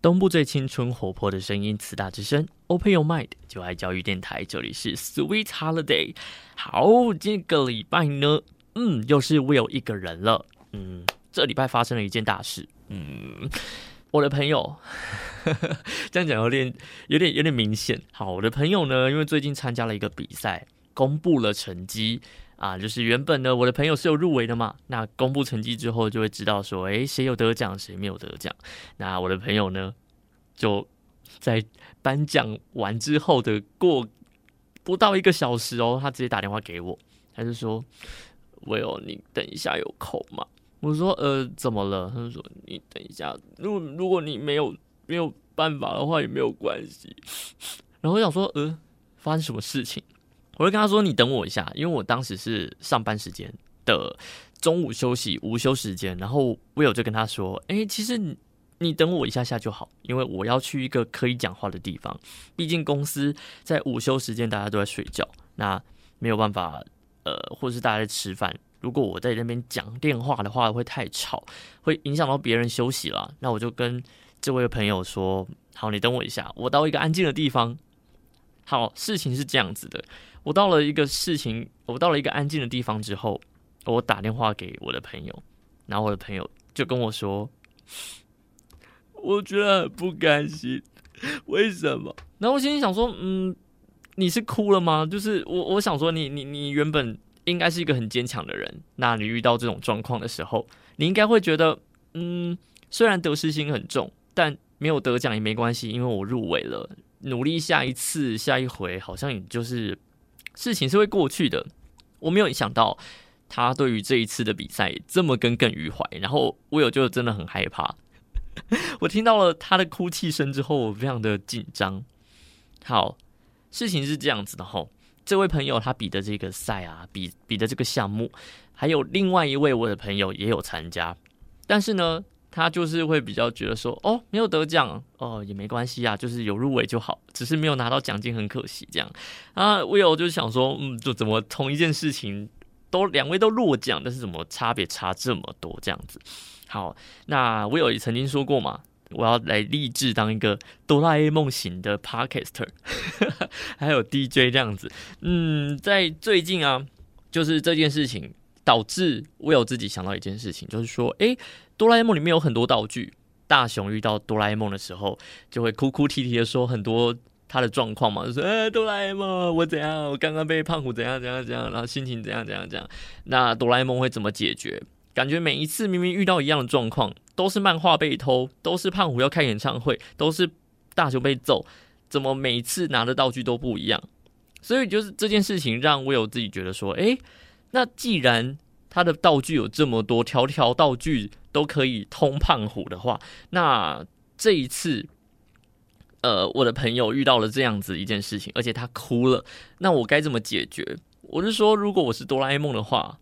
东部最青春活泼的声音，慈大之声 ，Open Your Mind， 就爱教育电台，这里是 Sweet Holiday。好，这个礼拜呢，又是 Will 一个人了。这礼拜发生了一件大事。我的朋友，这样讲有点明显。好，我的朋友呢，因为最近参加了一个比赛，公布了成绩。就是原本呢，我的朋友是有入围的嘛，那公布成绩之后就会知道说，谁有得奖，谁没有得奖。那我的朋友呢，就在颁奖完之后的过不到1个小时哦，他直接打电话给我，他就说：“Will，你等一下有空吗？”我说：“怎么了？”他就说：“你等一下，如果你没有办法的话也没有关系。”然后我想说，发生什么事情？我就跟他说：“你等我一下，因为我当时是上班时间的中午休息午休时间。”然后Will就跟他说：“其实你等我一下下就好，因为我要去一个可以讲话的地方。毕竟公司在午休时间大家都在睡觉，那没有办法，或者是大家在吃饭。如果我在那边讲电话的话，会太吵，会影响到别人休息啦。那我就跟这位朋友说：好，你等我一下，我到一个安静的地方。好，事情是这样子的。”我到了一个安静的地方之后，我打电话给我的朋友，然后我的朋友就跟我说：“我觉得很不甘心，为什么？”然后我心里想说：“你是哭了吗？”就是我想说你原本应该是一个很坚强的人，那你遇到这种状况的时候，你应该会觉得，虽然得失心很重，但没有得奖也没关系，因为我入围了，努力下一回，好像也就是。事情是会过去的，我没有想到他对于这一次的比赛这么耿耿于怀，然后我就真的很害怕。我听到了他的哭泣声之后，我非常的紧张。好，事情是这样子的吼，这位朋友他比的这个赛啊，比的这个项目，还有另外一位我的朋友也有参加，但是呢。他就是会比较觉得说，没有得奖也没关系啊，就是有入围就好，只是没有拿到奖金很可惜这样啊。Will就想说，就怎么同一件事情两位都落奖，但是怎么差别差这么多这样子？好，那Will也曾经说过嘛，我要来立志当一个哆啦 A 梦型的 Podcaster， 还有 DJ 这样子。在最近啊，就是这件事情导致Will自己想到一件事情，就是说，哆啦 A 梦里面有很多道具，大雄遇到哆啦 A 梦的时候，就会哭哭啼啼的说很多他的状况嘛，就说哆啦 A 梦我怎样，我刚刚被胖虎怎样，然后心情怎样。那哆啦 A 梦会怎么解决？感觉每一次明明遇到一样的状况，都是漫画被偷，都是胖虎要开演唱会，都是大雄被揍，怎么每一次拿的道具都不一样？所以就是这件事情让Will自己觉得说，那既然他的道具有这么多，条道具都可以通胖虎的话，那这一次，我的朋友遇到了这样子一件事情，而且他哭了，那我该怎么解决？我是说，如果我是哆啦 A 梦的话，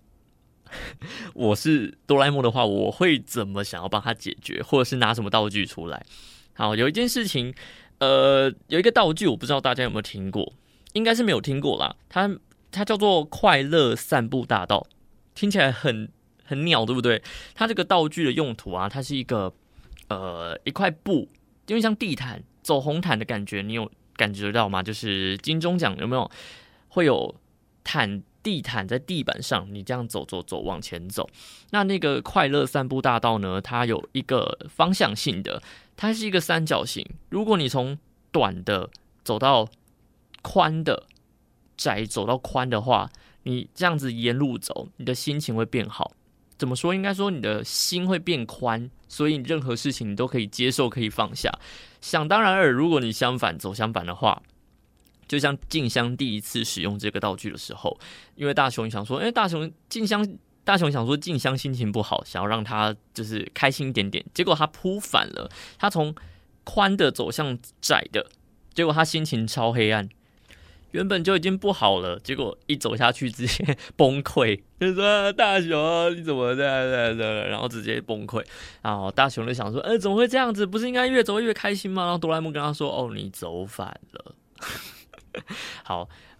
我会怎么想要帮他解决，或者是拿什么道具出来？好，有一件事情，有一个道具，我不知道大家有没有听过，应该是没有听过啦。它叫做快乐散步大道。听起来很鸟，对不对？它这个道具的用途啊，它是一个一块布，因为像地毯走红毯的感觉，你有感觉到吗？就是金钟奖有没有会有地毯在地板上，你这样走往前走。那个快乐散步大道呢，它有一个方向性的，它是一个三角形。如果你从短的走到宽的，窄走到宽的话。你这样子沿路走，你的心情会变好。怎么说？应该说你的心会变宽，所以你任何事情你都可以接受，可以放下。想当然尔，如果你走相反的话，就像静香第一次使用这个道具的时候，因为大雄想说，大雄想说静香心情不好，想要让他就是开心一点点，结果他扑反了，他从宽的走向窄的，结果他心情超黑暗。原本就已经不好了，结果一走下去直接崩溃，就说大雄你怎么的，然后直接崩溃。然后大雄就想说，怎么会这样子？不是应该越走越开心吗？然后哆啦 A 梦跟他说，你走反了。好，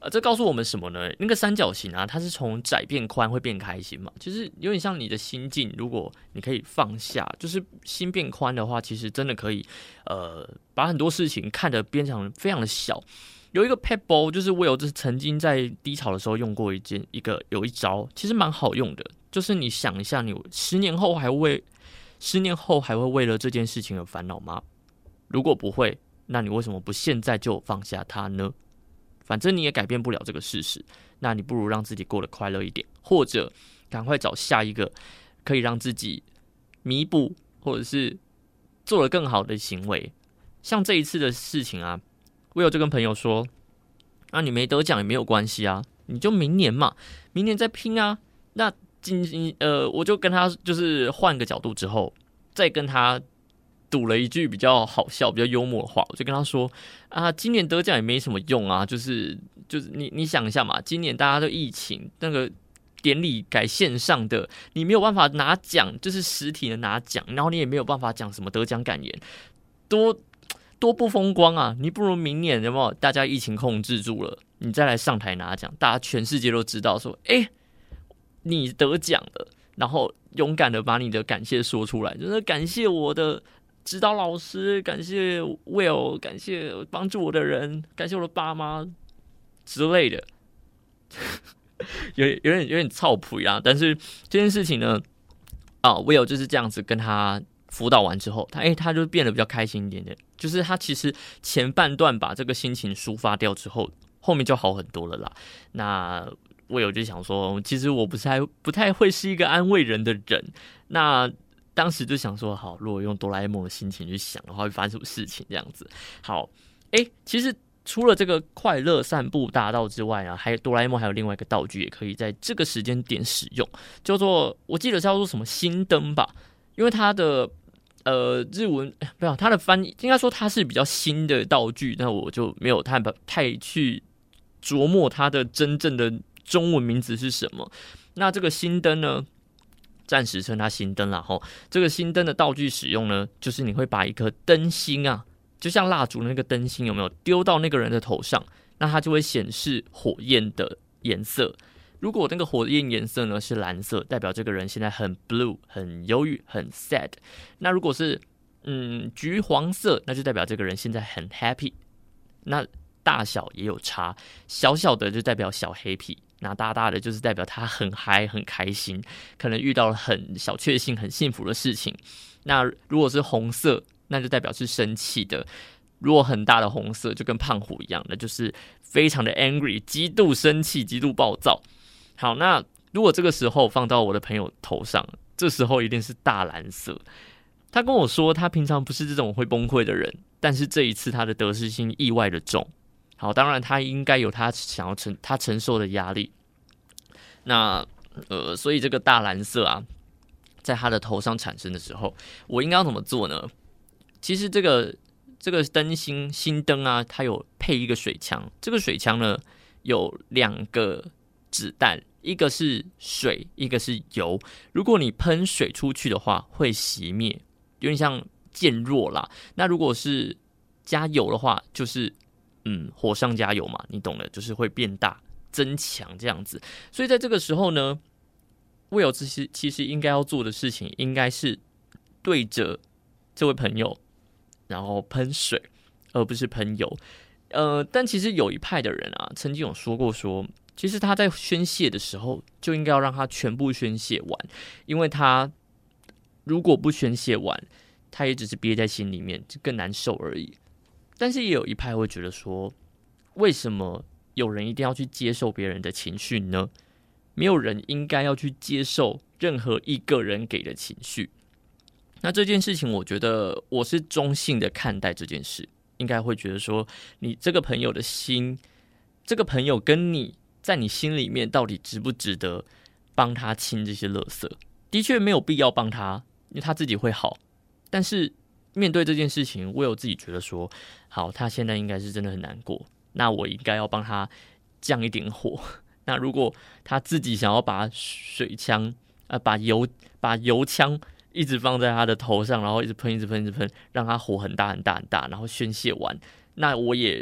这告诉我们什么呢？那个三角形啊，它是从窄变宽会变开心嘛，就是有点像你的心境，如果你可以放下，就是心变宽的话，其实真的可以把很多事情看得变成非常的小。有一个 pebble， 就是我有曾经在低潮的时候用过有一招，其实蛮好用的，就是你想一下，你10年后还会为了这件事情而烦恼吗？如果不会，那你为什么不现在就放下它呢？反正你也改变不了这个事实，那你不如让自己过得快乐一点，或者赶快找下一个可以让自己弥补或者是做得更好的行为。像这一次的事情啊，我有就跟朋友说，你没得奖也没有关系啊，你就明年嘛，明年再拼啊。那我就跟他就是换个角度之后，再跟他赌了一句比较好笑、比较幽默的话，我就跟他说今年得奖也没什么用啊，就是你想一下嘛，今年大家都疫情，那个典礼改线上的，你没有办法拿奖，就是实体的拿奖，然后你也没有办法讲什么得奖感言，多不风光啊！你不如明年有没有大家疫情控制住了，你再来上台拿奖，大家全世界都知道说，你得奖了，然后勇敢的把你的感谢说出来，就是感谢我的指导老师，感谢 Will， 感谢帮助我的人，感谢我的爸妈之类的，有点操谱啊。但是这件事情呢，Will 就是这样子跟他辅导完之后，他就变得比较开心一点点。就是他其实前半段把这个心情抒发掉之后，后面就好很多了啦。那Will就想说，其实我不太会是一个安慰人的人。那当时就想说，好，如果用哆啦 A 梦的心情去想的话，会发生什么事情？这样子，好，其实除了这个快乐散步大道之外啊，还有哆啦 A 梦还有另外一个道具，也可以在这个时间点使用，叫做我记得叫做什么心灯吧，因为它的日文不要它的翻译，应该说它是比较新的道具，那我就没有太去琢磨它的真正的中文名字是什么。那这个心灯呢？暂时称它心灯啦，吼，这个心灯的道具使用呢，就是你会把一颗灯芯啊，就像蜡烛的那个灯芯有没有丢到那个人的头上，那它就会显示火焰的颜色。如果那个火焰颜色呢是蓝色，代表这个人现在很 blue， 很忧郁，很 sad。那如果是橘黄色，那就代表这个人现在很 happy。那大小也有差，小小的就代表小 happy。那大大的就是代表他很嗨很开心，可能遇到了很小确幸很幸福的事情。那如果是红色，那就代表是生气的。如果很大的红色就跟胖虎一样的，就是非常的 angry， 极度生气极度暴躁。好，那如果这个时候放到我的朋友头上，这时候一定是大蓝色。他跟我说他平常不是这种会崩溃的人，但是这一次他的得失心意外的重。好，当然他应该有他想要他承受的压力。那所以这个大蓝色啊，在他的头上产生的时候，我应该要怎么做呢？其实这个灯心灯啊，它有配一个水枪，这个水枪呢有2个子弹，一个是水，一个是油。如果你喷水出去的话，会熄灭，有点像渐弱啦。那如果是加油的话，就是火上加油嘛，你懂的，就是会变大增强这样子。所以在这个时候呢，Will其实应该要做的事情，应该是对着这位朋友，然后喷水，而不是喷油。但其实有一派的人啊，曾经有说过说，其实他在宣泄的时候，就应该要让他全部宣泄完，因为他如果不宣泄完，他也只是憋在心里面，就更难受而已。但是也有一派会觉得说，为什么有人一定要去接受别人的情绪呢？没有人应该要去接受任何一个人给的情绪。那这件事情，我觉得我是中性的看待这件事，应该会觉得说，你这个朋友的心，这个朋友跟你在你心里面到底值不值得帮他清这些垃圾？的确没有必要帮他，因为他自己会好。但是面对这件事情，我有自己觉得说，好，他现在应该是真的很难过，那我应该要帮他降一点火。那如果他自己想要把水枪把油枪一直放在他的头上，然后一直喷，让他火很大，然后宣泄完，那我也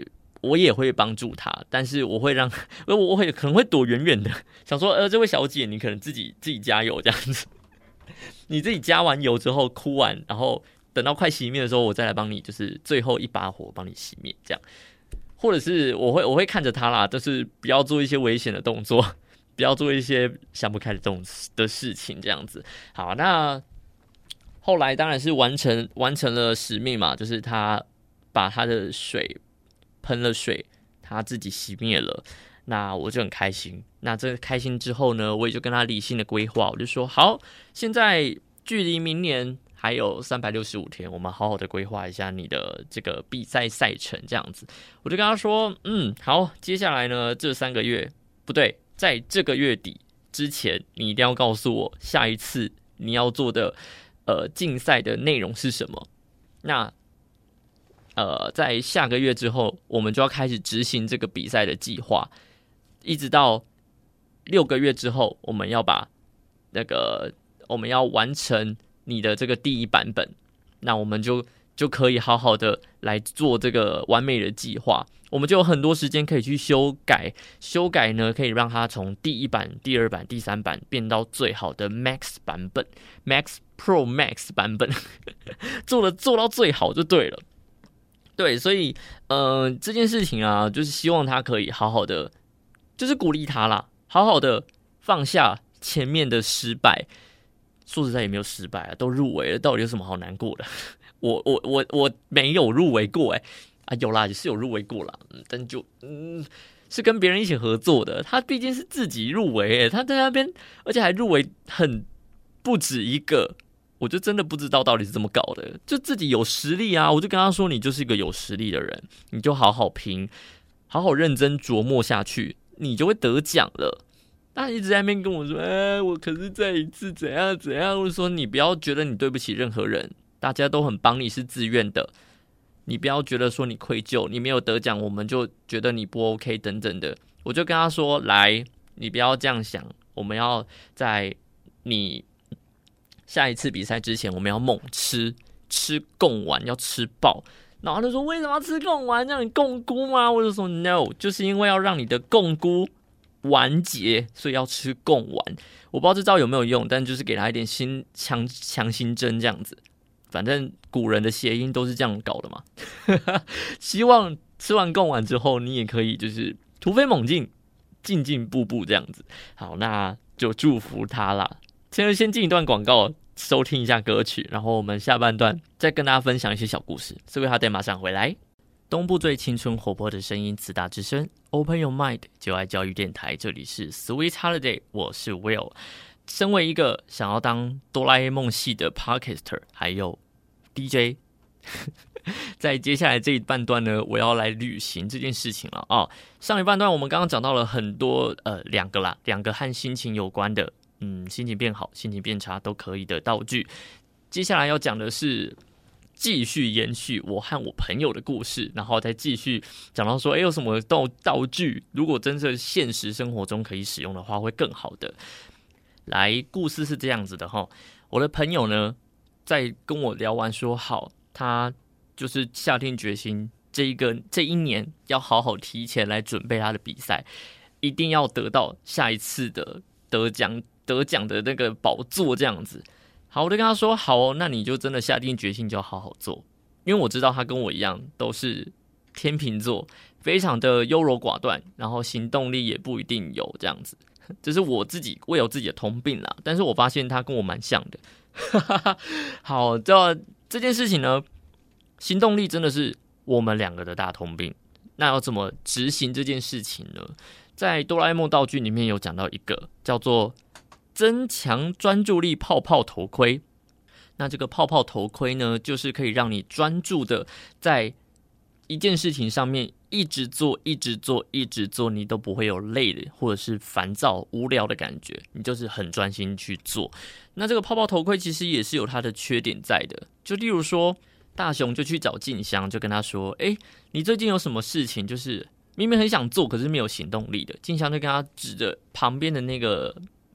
我也会帮助他，但是我会我会可能会躲远远的，想说这位小姐你可能自己加油这样子，你自己加完油之后哭完，然后等到快熄灭的时候，我再来帮你，就是最后一把火帮你熄灭这样，或者是我会看着他啦，就是不要做一些危险的动作，不要做一些想不开的事情这样子。好，那后来当然是完成了使命嘛，就是他把他的水喷了水，他自己熄灭了，那我就很开心。那这个开心之后呢，我也就跟他理性的规划，我就说好，现在距离明年还有365天，我们好好的规划一下你的这个比赛赛程这样子。我就跟他说，好，接下来呢这3个月不对，在这个月底之前，你一定要告诉我下一次你要做的竞赛的内容是什么。那在下个月之后，我们就要开始执行这个比赛的计划，一直到6个月之后，我们要完成你的这个第1版本，那我们就可以好好的来做这个完美的计划，我们就有很多时间可以去修改呢，可以让它从第1版、第2版、第3版变到最好的 Max 版本 ，Max Pro Max 版本，做到最好就对了。对，所以这件事情啊，就是希望他可以好好的，就是鼓励他啦，好好的放下前面的失败。说实在也没有失败啊，都入围了，到底有什么好难过的？我没有入围过有啦，也是有入围过啦，但是跟别人一起合作的，他毕竟是自己入围他在那边，而且还入围很不止一个。我就真的不知道到底是怎么搞的，就自己有实力啊！我就跟他说，你就是一个有实力的人，你就好好拼，好好认真琢磨下去，你就会得奖了。他一直在那边跟我说，我可是再一次怎样怎样。我说你不要觉得你对不起任何人，大家都很帮你是自愿的，你不要觉得说你愧疚，你没有得奖我们就觉得你不 OK 等等的。我就跟他说，来，你不要这样想，我们要在你下一次比赛之前，我们要猛吃贡丸，要吃爆。然后他就说，为什么要吃贡丸？让你共估吗？我就说 no， 就是因为要让你的共估完结，所以要吃贡丸。我不知道这招有没有用，但就是给他一点强心针这样子。反正古人的谐音都是这样搞的嘛。希望吃完贡丸之后，你也可以就是突飞猛进，进步步这样子。好，那就祝福他啦。先进一段广告，收听一下歌曲，然后我们下半段再跟大家分享一些小故事。所以他得马上回来。东部最青春活泼的声音，慈大之声 ，Open Your Mind， 就爱教育电台，这里是 Sweet Holiday， 我是 Will。身为一个想要当哆啦 A 梦系的 Podcaster， 还有 DJ， 在接下来这一半段呢，我要来履行这件事情了啊。上一半段我们刚刚讲到了很多两个和心情有关的。心情变好、心情变差都可以的道具。接下来要讲的是继续延续我和我朋友的故事，然后再继续讲到说，有什么道具，如果真的现实生活中可以使用的话，会更好的。来，故事是这样子的哈，我的朋友呢，在跟我聊完说好，他就是下定决心，这一年要好好提前来准备他的比赛，一定要得到下一次的得奖的那个宝座这样子。好，我就跟他说好哦，那你就真的下定决心就要好好做，因为我知道他跟我一样都是天秤座，非常的优柔寡断，然后行动力也不一定有这样子。这是我有自己的通病啦，但是我发现他跟我蛮像的。好，这件事情呢，行动力真的是我们两个的大通病。那要怎么执行这件事情呢？在哆啦 A 梦道具里面有讲到一个叫做增强专注力泡泡头盔。那这个泡泡头盔呢，就是可以让你专注的在一件事情上面一直做，你都不会有累的或者是烦躁无聊的感觉，你就是很专心去做。那这个泡泡头盔其实也是有它的缺点在的，就例如说大雄就去找静香，就跟他说，你最近有什么事情就是明明很想做可是没有行动力的。静香就跟他指着旁边的那个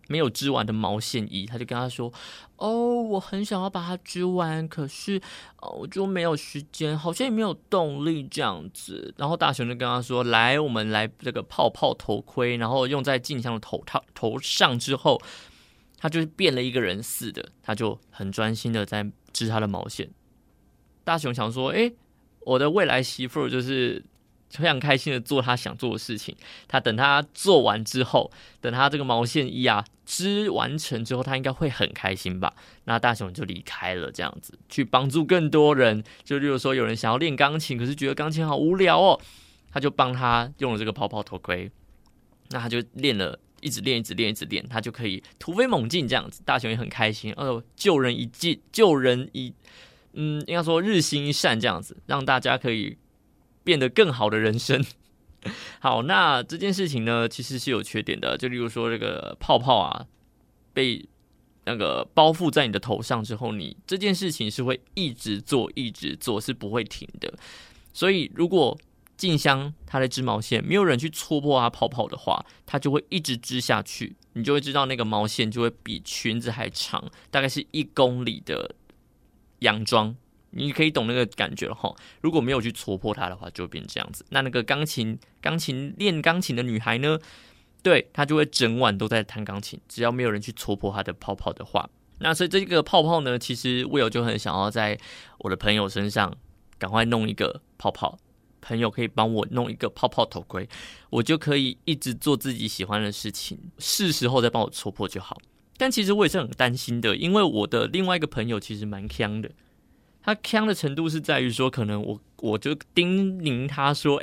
没有织完的毛线衣，他就跟他说：“哦，我很想要把它织完，可是我就没有时间，好像也没有动力这样子。”然后大雄就跟他说：“来，我们来这个泡泡头盔，然后用在静香的头上之后，他就是变了一个人似的，他就很专心的在织他的毛线。”大雄想说：“我的未来媳妇就是非常开心的做他想做的事情。他等他做完之后，等他这个毛线衣织完成之后，他应该会很开心吧？”那大雄就离开了，这样子去帮助更多人。就例如说，有人想要练钢琴，可是觉得钢琴好无聊哦，他就帮他用了这个泡泡头盔。那他就练了，一直练，他就可以突飞猛进这样子。大雄也很开心，救人一应该说日行一善这样子，让大家可以变得更好的人生。好，那这件事情呢，其实是有缺点的。就例如说，这个泡泡被那个包覆在你的头上之后，你这件事情是会一直做，是不会停的。所以，如果静香她的织毛线没有人去戳破它泡泡的话，它就会一直织下去。你就会知道那个毛线就会比裙子还长，大概是1公里的洋装。你可以懂那个感觉了齁。如果没有去戳破它的话，就会变这样子。那个练钢琴的女孩呢，对，她就会整晚都在弹钢琴，只要没有人去戳破她的泡泡的话。那所以这个泡泡呢，其实Will就很想要在我的朋友身上赶快弄一个泡泡，朋友可以帮我弄一个泡泡头盔，我就可以一直做自己喜欢的事情，是时候再帮我戳破就好。但其实我也是很担心的，因为我的另外一个朋友其实蛮强的，他强的程度是在于说，可能我就叮咛他说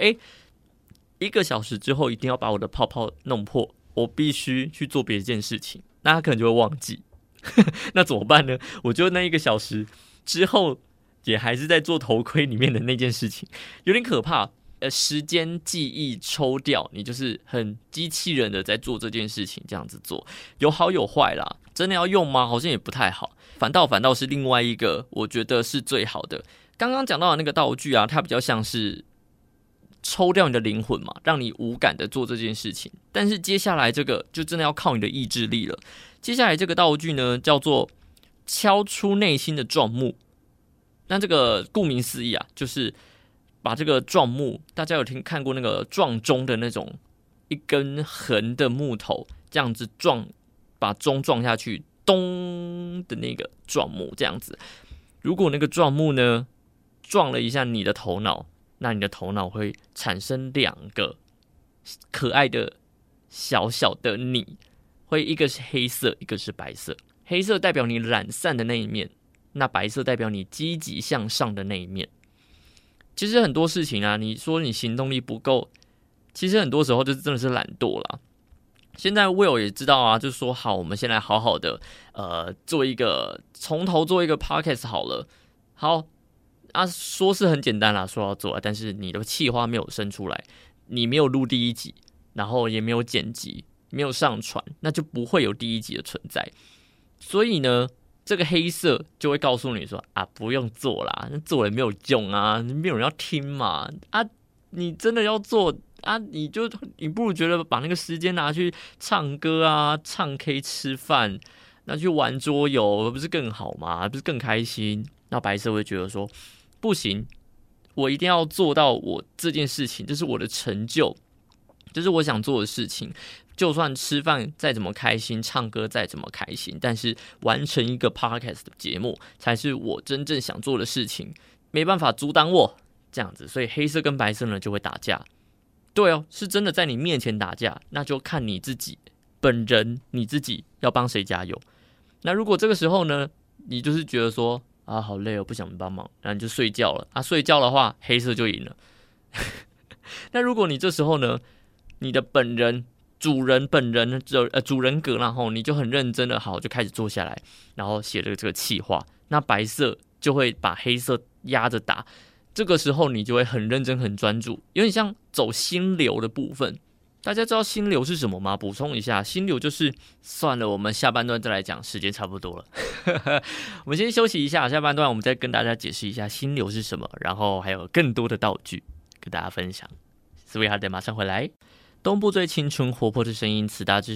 ，1个小时之后一定要把我的泡泡弄破，我必须去做别一件事情，那他可能就会忘记。那怎么办呢？我就那1个小时之后也还是在做头盔里面的那件事情，有点可怕。时间记忆抽掉，你就是很机器人的在做这件事情，这样子做有好有坏啦。真的要用吗？好像也不太好。反倒是另外一个，我觉得是最好的。刚刚讲到的那个道具它比较像是抽掉你的灵魂嘛，让你无感的做这件事情。但是接下来这个就真的要靠你的意志力了。接下来这个道具呢，叫做敲出内心的撞木。那这个顾名思义就是把这个撞木，大家有看过那个撞钟的那种一根横的木头，这样子撞，把钟撞下去，咚的那个撞木这样子。如果那个撞木呢撞了一下你的头脑，那你的头脑会产生2个可爱的小小的你，会一个是黑色，一个是白色。黑色代表你懒散的那一面，那白色代表你积极向上的那一面。其实很多事情你说你行动力不够，其实很多时候就真的是懒惰啦。现在 Will 也知道就是说好，我们先来好好的做一个从头做一个 podcast 好了。好说是很简单啦，说要做但是你的企划没有生出来，你没有录第1集，然后也没有剪辑，没有上传，那就不会有第1集的存在。所以呢，这个黑色就会告诉你说不用做啦，做了也没有用没有人要听嘛你真的要做你不如觉得把那个时间拿去唱歌唱 K 吃饭，拿去玩桌游，不是更好吗？不是更开心？那白色会觉得说不行，我一定要做到我这件事情，这是我的成就，这是我想做的事情。就算吃饭再怎么开心，唱歌再怎么开心，但是完成一个 podcast 的节目才是我真正想做的事情，没办法阻挡我这样子。所以黑色跟白色呢就会打架。对是真的在你面前打架，那就看你自己本人，你自己要帮谁加油。那如果这个时候呢，你就是觉得说好累不想帮忙，那你就睡觉了睡觉的话，黑色就赢了。那如果你这时候呢，你的主人格，然后你就很认真的就开始坐下来，然后写了这个企划，那白色就会把黑色压着打。这个时候你就会很认真很专注，有点像走心流的部分。大家知道心流是什么吗？补充一下，心流就是算了，我们下半段再来讲，时间差不多了。我们先休息一下，下半段我们再跟大家解释一下心流是什么，然后还有更多的道具跟大家分享。Sweetheart 马上回来。东部最青春活泼的声音，慈大之声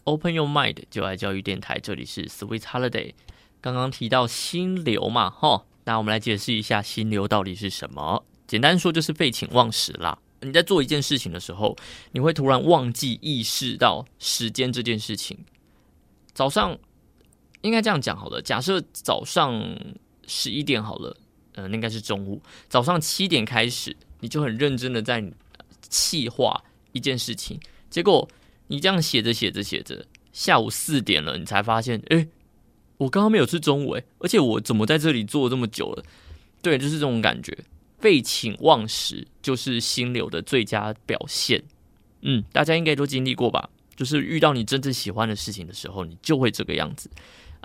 Open Your Mind 就爱教育电台，这里是 Sweet Holiday。刚刚提到心流嘛，那我们来解释一下心流到底是什么。简单说就是废寝忘食啦。你在做一件事情的时候，你会突然忘记意识到时间这件事情。早上应该这样讲好了，假设早上11点好了，应该是中午，早上7点开始，你就很认真的在企划一件事情，结果你这样写着，下午4点了，你才发现，我刚刚没有吃中午，而且我怎么在这里坐这么久了？对，就是这种感觉。废寝忘食就是心流的最佳表现。大家应该都经历过吧？就是遇到你真正喜欢的事情的时候，你就会这个样子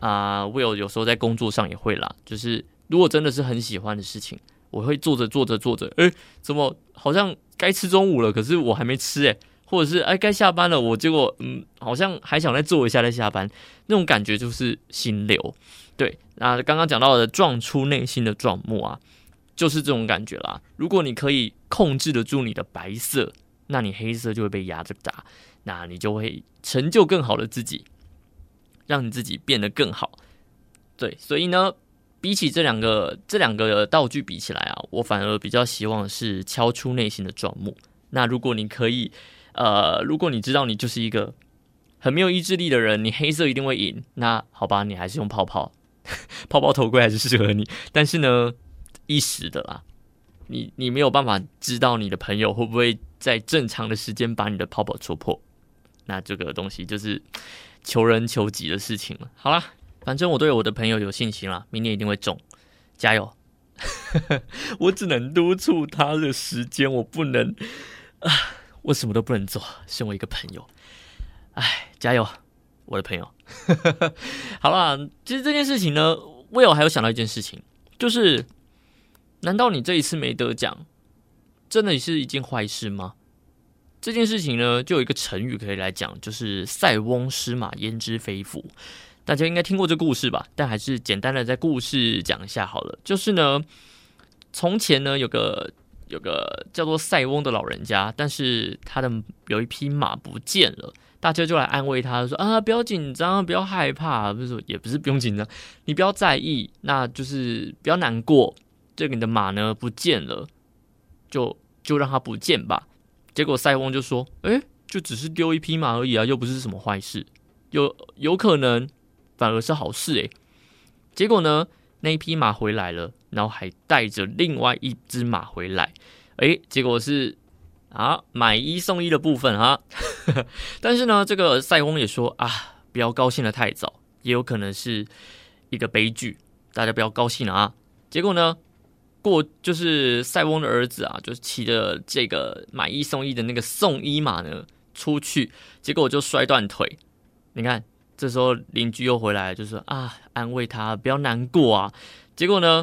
Will 有时候在工作上也会啦，就是如果真的是很喜欢的事情，我会做着，怎么好像该吃中午了，可是我还没吃或者是该下班了，我结果好像还想再做一下再下班，那种感觉就是心流。对，那刚刚讲到的撞出内心的撞木就是这种感觉啦。如果你可以控制得住你的白色，那你黑色就会被压着打，那你就会成就更好的自己，让你自己变得更好。对，所以呢，比起这两个道具比起来我反而比较希望是敲出内心的撞木。那如果你可以如果你知道你就是一个很没有意志力的人，你黑色一定会赢，那好吧，你还是用泡泡头盔还是适合你，但是呢一时的啦，你没有办法知道你的朋友会不会在正常的时间把你的泡泡戳破，那这个东西就是求人求己的事情了。好啦，反正我对我的朋友有信心啦，明年一定会中，加油我只能督促他的时间，我不能我什么都不能做，身为一个朋友，加油我的朋友好啦，其实这件事情呢，Will 还有想到一件事情，就是难道你这一次没得奖真的是一件坏事吗？这件事情呢，就有一个成语可以来讲，就是塞翁失马焉知非福。大家应该听过这故事吧，但还是简单的在故事讲一下好了。就是呢，从前呢有个叫做塞翁的老人家，但是他的有一匹马不见了，大家就来安慰他说不要紧张，不要害怕，也不是不用紧张，你不要在意，那就是不要难过，这个你的马呢不见了，就让它不见吧。结果塞翁就说就只是丢一匹马而已又不是什么坏事，有可能反而是好事结果呢，那一匹马回来了，然后还带着另外一只马回来，结果是买一送一的部分但是呢，这个塞翁也说不要高兴得太早，也有可能是一个悲剧，大家不要高兴了结果呢，就是塞翁的儿子就是骑着这个买一送一的那个送一马呢出去，结果就摔断腿。你看，这时候邻居又回来了，就说安慰他不要难过结果呢，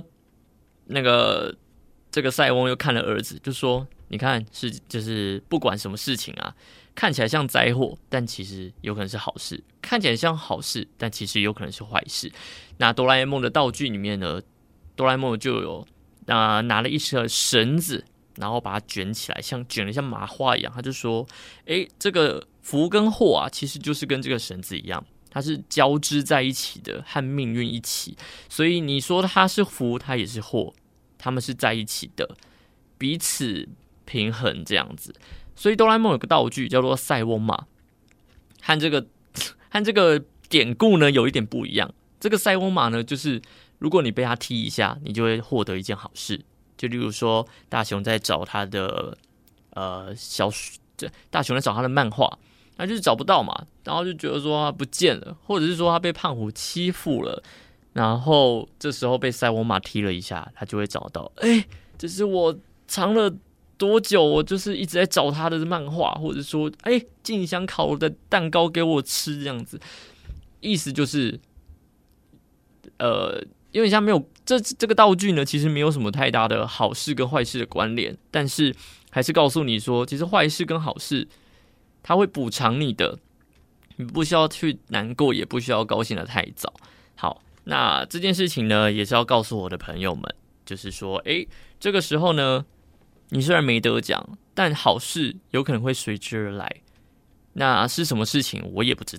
这个塞翁又看了儿子，就说你看就是不管什么事情看起来像灾祸，但其实有可能是好事；看起来像好事，但其实有可能是坏事。那哆啦 A 梦的道具里面呢，哆啦 A 梦就有拿了一条绳子，然后把它卷起来，卷得像麻花一样。他就说这个福跟祸其实就是跟这个绳子一样，它是交织在一起的，和命运一起。所以你说它是福，它也是祸，它们是在一起的，彼此平衡这样子。所以哆啦 A 梦有个道具叫做塞翁马，和这个典故呢有一点不一样。这个塞翁马呢，就是如果你被他踢一下，你就会获得一件好事。就例如说，大雄在找他的大雄在找他的漫画，他就是找不到嘛，然后就觉得说他不见了，或者是说他被胖虎欺负了，然后这时候被塞翁马踢了一下，他就会找到，这是我藏了多久，我就是一直在找他的漫画，或者说静香烤的蛋糕给我吃这样子，意思就是有点像没有这个道具呢，其实没有什么太大的好事跟坏事的关联，但是还是告诉你说，其实坏事跟好事它会补偿你的，你不需要去难过，也不需要高兴的太早。好，那这件事情呢，也是要告诉我的朋友们，就是说，这个时候呢，你虽然没得奖，但好事有可能会随之而来。那是什么事情我也不知道，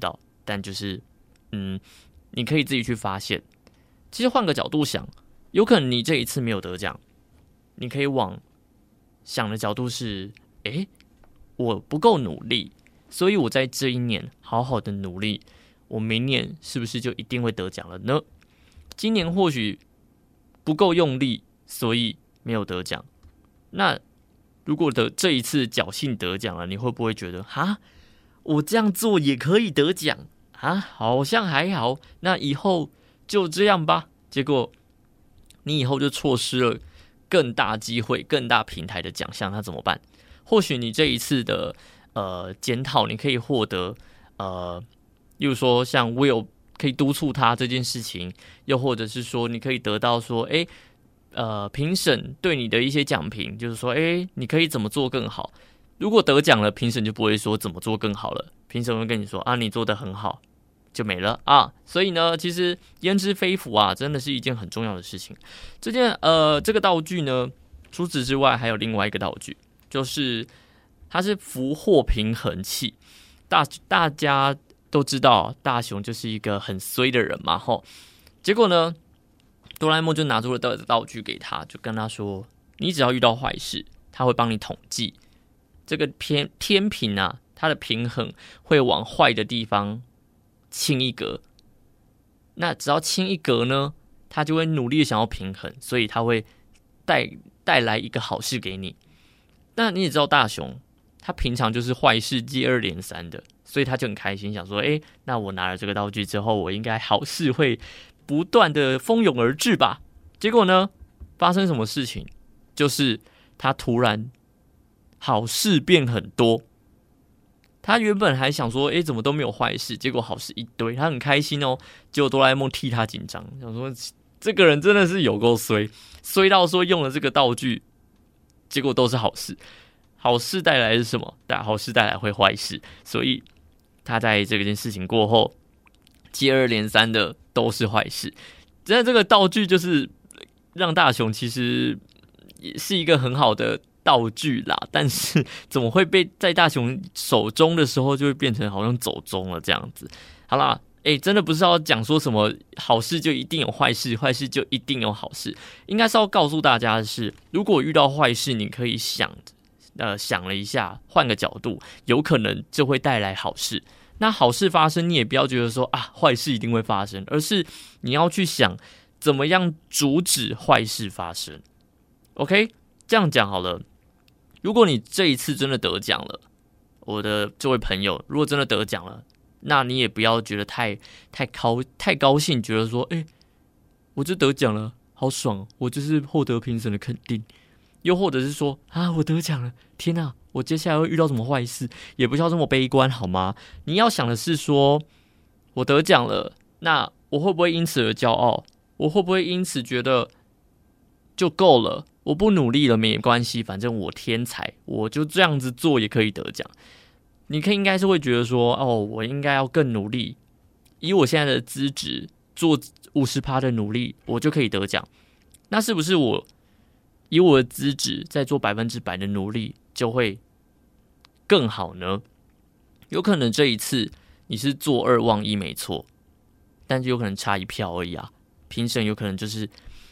但就是你可以自己去发现。其实换个角度想，有可能你这一次没有得奖，你可以往想的角度是，我不够努力，所以我在这一年好好的努力，我明年是不是就一定会得奖了呢？今年或许不够用力，所以没有得奖。那如果这一次侥幸得奖了，你会不会觉得我这样做也可以得奖好像还好，那以后就这样吧。结果你以后就错失了更大机会、更大平台的奖项，那怎么办？或许你这一次的检讨，你可以获得例如说像 Will 可以督促他这件事情，又或者是说你可以得到说，评审对你的一些奖评，就是说，你可以怎么做更好。如果得奖了，评审就不会说怎么做更好了，评审会跟你说你做得很好，就没了所以呢，其实焉知非福真的是一件很重要的事情。这个道具呢，除此之外还有另外一个道具，就是它是福祸平衡器。大家都知道大雄就是一个很衰的人嘛，结果呢，哆啦 A 梦就拿出了道具给他，就跟他说，你只要遇到坏事，他会帮你统计这个天平它的平衡会往坏的地方倾一格，那只要倾一格呢，他就会努力想要平衡，所以他会带来一个好事给你。那你也知道大雄他平常就是坏事接二连三的，所以他就很开心，想说那我拿了这个道具之后，我应该好事会不断的蜂拥而至吧。结果呢，发生什么事情？就是他突然好事变很多。他原本还想说怎么都没有坏事，结果好事一堆，他很开心哦。结果哆啦 A 梦替他紧张，想说这个人真的是有够衰到说用了这个道具，结果都是好事。好事带来是什么？好事带来会坏事，所以他在这件事情过后，接二连三的都是坏事。真的，这个道具就是让大雄其实也是一个很好的道具啦，但是怎么会被在大雄手中的时候就会变成好像走中了这样子？好啦，真的不是要讲说什么好事就一定有坏事，坏事就一定有好事，应该是要告诉大家的是，如果遇到坏事，你可以想了一下，换个角度，有可能就会带来好事。那好事发生，你也不要觉得说坏事一定会发生，而是你要去想怎么样阻止坏事发生。OK， 这样讲好了。如果你这一次真的得奖了，我的这位朋友，如果真的得奖了，那你也不要觉得太高兴，觉得说，我就得奖了，好爽，我就是获得评审的肯定。又或者是说我得奖了，天哪，我接下来会遇到什么坏事？也不需要这么悲观好吗？你要想的是说，我得奖了，那我会不会因此而骄傲？我会不会因此觉得就够了？我不努力了没关系，反正我天才，我就这样子做也可以得奖。你应该是会觉得说，我应该要更努力，以我现在的资质做50%的努力，我就可以得奖。那是不是我以我的资质再做100%的努力就会更好呢？有可能这一次你是做2忘1没错，但是有可能差1票而已评审有可能就是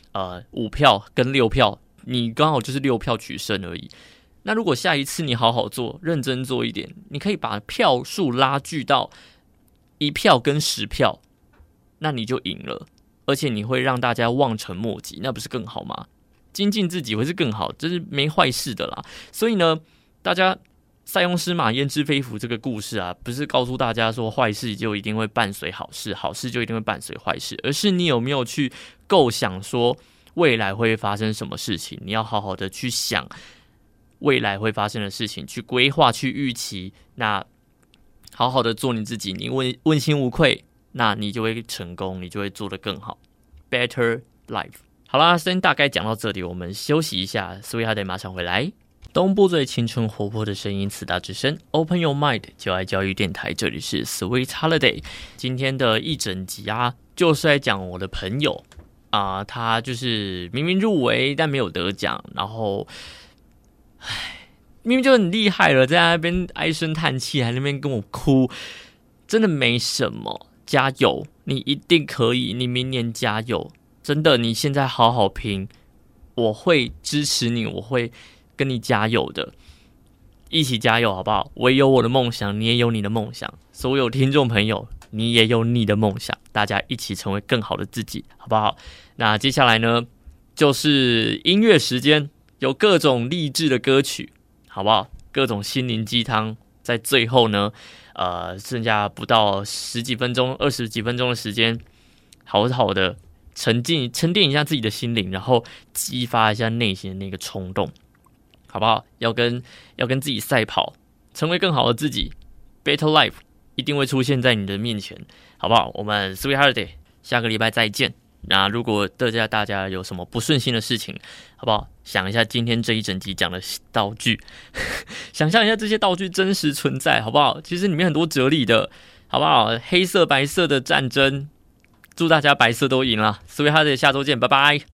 5票跟6票，你刚好就是6票取胜而已。那如果下一次你好好做，认真做一点，你可以把票数拉锯到1票跟10票，那你就赢了，而且你会让大家望尘莫及，那不是更好吗？精进自己会是更好，这是没坏事的啦。所以呢，大家塞翁失马焉知非福这个故事不是告诉大家说坏事就一定会伴随好事，好事就一定会伴随坏事，而是你有没有去构想说未来会发生什么事情，你要好好的去想未来会发生的事情，去规划，去预期，那好好的做你自己，你问心无愧，那你就会成功，你就会做得更好。 Better life。好啦，先大概讲到这里，我们休息一下，所以还得马上回来。东部最青春活泼的声音，慈大之声 ，Open Your Mind， 就爱教育电台，这里是 Sweet Holiday。今天的一整集就是在讲我的朋友他就是明明入围但没有得奖，然后明明就很厉害了，在那边唉声叹气，还在那边跟我哭。 真的没什么，加油，你一定可以，你明年加油，真的，你现在好好拼，我会支持你，我会跟你加油的，一起加油好不好？我也有我的梦想，你也有你的梦想，所有听众朋友，你也有你的梦想，大家一起成为更好的自己，好不好？那接下来呢，就是音乐时间，有各种励志的歌曲，好不好？各种心灵鸡汤，在最后呢，剩下不到10几分钟、20几分钟的时间，好好的沉淀一下自己的心灵，然后激发一下内心的那个冲动，好不好？要跟自己赛跑，成为更好的自己 ，Better Life 一定会出现在你的面前，好不好？我们 Sweet Holiday 下个礼拜再见。那如果大家有什么不顺心的事情，好不好？想一下今天这一整集讲的道具，想象一下这些道具真实存在，好不好？其实里面很多哲理的，好不好？黑色白色的战争，祝大家白色都赢了。Sweet Holiday 下周见，拜拜。